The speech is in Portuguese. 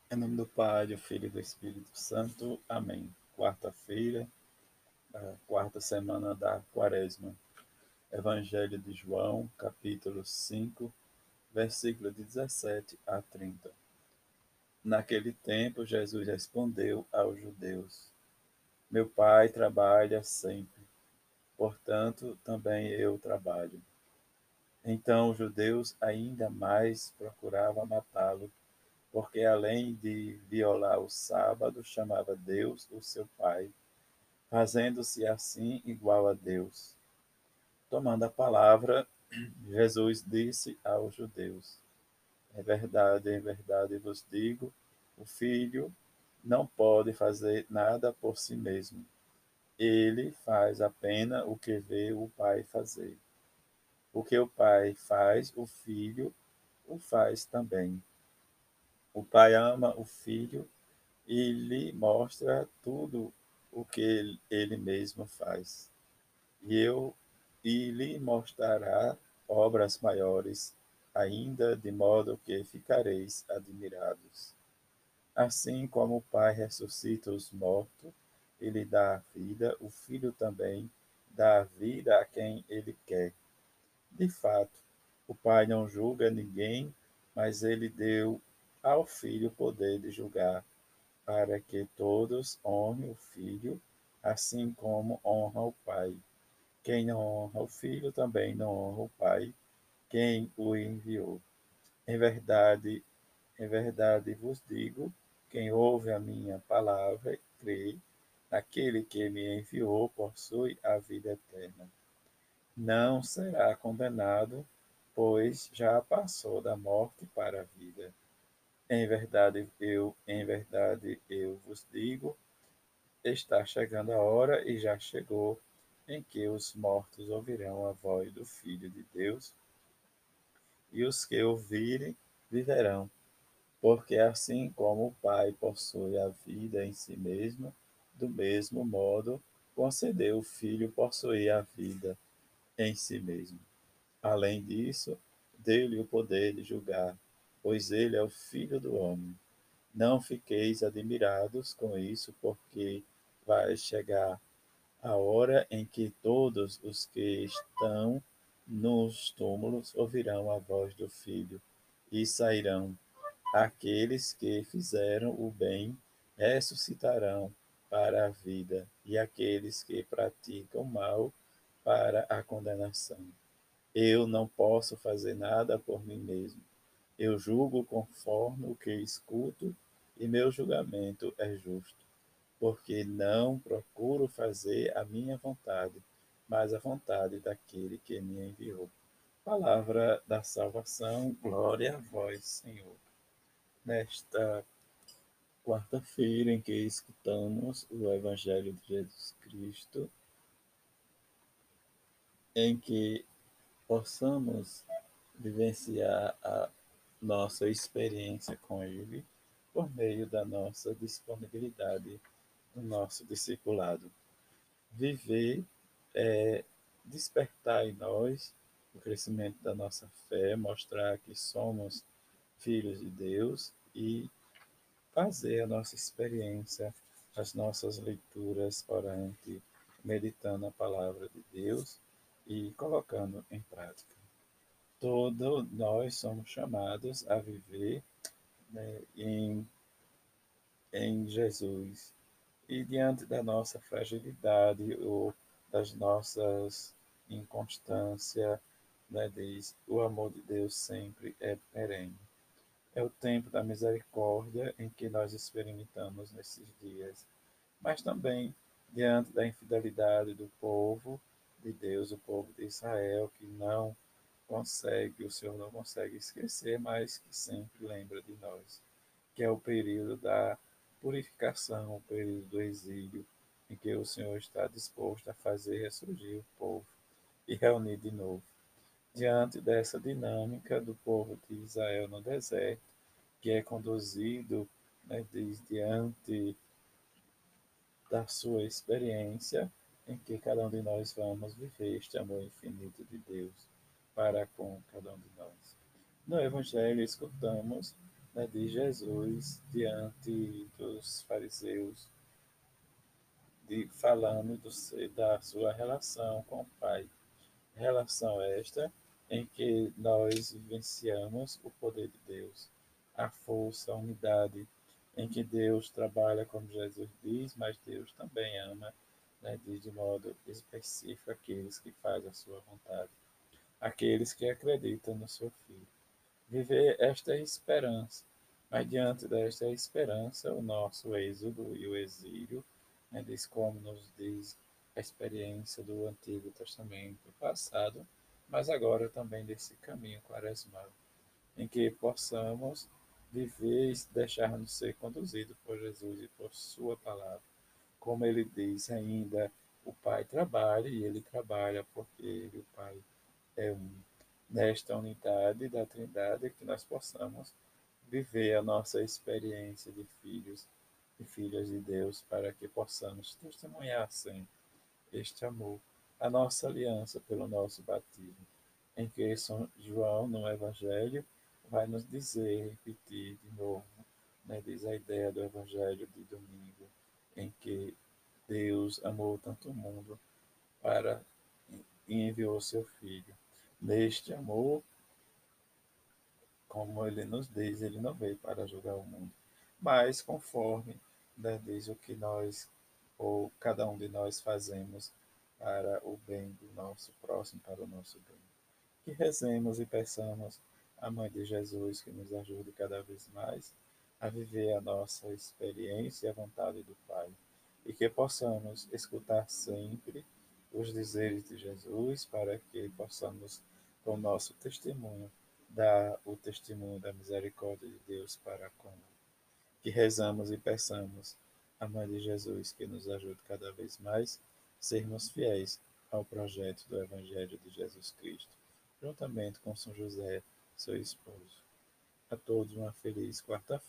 Em nome do Pai, do Filho e do Espírito Santo. Amém. Quarta-feira, a quarta semana da Quaresma. Evangelho de João, capítulo 5, versículo de 17 a 30. Naquele tempo, Jesus respondeu aos judeus: Meu Pai trabalha sempre, portanto, também eu trabalho. Então os judeus ainda mais procuravam matá-lo, porque além de violar o sábado, chamava Deus o seu Pai, fazendo-se assim igual a Deus. Tomando a palavra, Jesus disse aos judeus: em verdade vos digo, o filho não pode fazer nada por si mesmo. Ele faz apenas o que vê o pai fazer. O que o pai faz, o filho o faz também. O pai ama o filho e lhe mostra tudo o que ele mesmo faz. E eu e lhe mostrará obras maiores ainda, de modo que ficareis admirados. Assim como o Pai ressuscita os mortos e lhe dá a vida, o Filho também dá a vida a quem ele quer. De fato, o Pai não julga ninguém, mas ele deu ao Filho o poder de julgar, para que todos honrem o Filho, assim como honra o Pai. Quem não honra o Filho também não honra o Pai, quem o enviou. Em verdade vos digo, quem ouve a minha palavra e crê naquele que me enviou possui a vida eterna. Não será condenado, pois já passou da morte para a vida. Em verdade eu vos digo, está chegando a hora e já chegou em que os mortos ouvirão a voz do Filho de Deus, e os que ouvirem viverão, porque assim como o Pai possui a vida em si mesmo, do mesmo modo concedeu o Filho possuir a vida em si mesmo. Além disso, deu-lhe o poder de julgar, pois ele é o Filho do homem. Não fiqueis admirados com isso, porque vai chegar a hora em que todos os que estão nos túmulos ouvirão a voz do Filho e sairão. Aqueles que fizeram o bem ressuscitarão para a vida, e aqueles que praticam o mal para a condenação. Eu não posso fazer nada por mim mesmo. Eu julgo conforme o que escuto, e meu julgamento é justo, porque não procuro fazer a minha vontade, mas a vontade daquele que me enviou. Palavra da salvação, glória a vós, Senhor. Nesta quarta-feira em que escutamos o Evangelho de Jesus Cristo, em que possamos vivenciar a nossa experiência com Ele por meio da nossa disponibilidade no nosso discipulado. Viver é despertar em nós o crescimento da nossa fé, mostrar que somos filhos de Deus e fazer a nossa experiência, as nossas leituras orante, meditando a palavra de Deus e colocando em prática. Todos nós somos chamados a viver, né, em Jesus. E diante da nossa fragilidade ou das nossas inconstância, né, diz, o amor de Deus sempre é perene. É o tempo da misericórdia em que nós experimentamos nesses dias, mas também diante da infidelidade do povo de Deus, o povo de Israel, que não consegue, o Senhor não consegue esquecer, mas que sempre lembra de nós, que é o período da purificação, o período do exílio, em que o Senhor está disposto a fazer ressurgir o povo e reunir de novo. Diante dessa dinâmica do povo de Israel no deserto, que é conduzido, né, diante da sua experiência, em que cada um de nós vamos viver este amor infinito de Deus para com cada um de nós. No Evangelho escutamos né, de Jesus diante dos fariseus, falando da sua relação com o Pai. Relação esta em que nós vivenciamos o poder de Deus, a força, a unidade, em que Deus trabalha, como Jesus diz, mas Deus também ama, né, diz de modo específico aqueles que fazem a sua vontade, aqueles que acreditam no seu Filho. Viver esta esperança, mas diante desta esperança, o nosso êxodo e o exílio, né, diz como nos diz a experiência do Antigo Testamento passado, mas agora também desse caminho quaresmal, em que possamos viver e deixar-nos ser conduzidos por Jesus e por Sua palavra. Como ele diz ainda, o Pai trabalha e ele trabalha porque ele, o Pai, é um. Nesta unidade da Trindade, que nós possamos viver a nossa experiência de filhos e filhas de Deus, para que possamos testemunhar sempre este amor, a nossa aliança pelo nosso batismo, em que São João, no Evangelho, vai nos dizer, repetir de novo, né, diz a ideia do Evangelho de domingo, em que Deus amou tanto o mundo para e enviou seu Filho. Neste amor, como ele nos diz, ele não veio para julgar o mundo, mas conforme, né, diz o que nós, ou cada um de nós fazemos para o bem do nosso próximo, para o nosso bem. Que rezemos e peçamos à Mãe de Jesus que nos ajude cada vez mais a viver a nossa experiência e a vontade do Pai, e que possamos escutar sempre os dizeres de Jesus para que possamos, com o nosso testemunho, dar o testemunho da misericórdia de Deus para com. Que rezamos e peçamos à Mãe de Jesus que nos ajude cada vez mais a sermos fiéis ao projeto do Evangelho de Jesus Cristo, juntamente com São José, seu esposo. A todos uma feliz quarta-feira.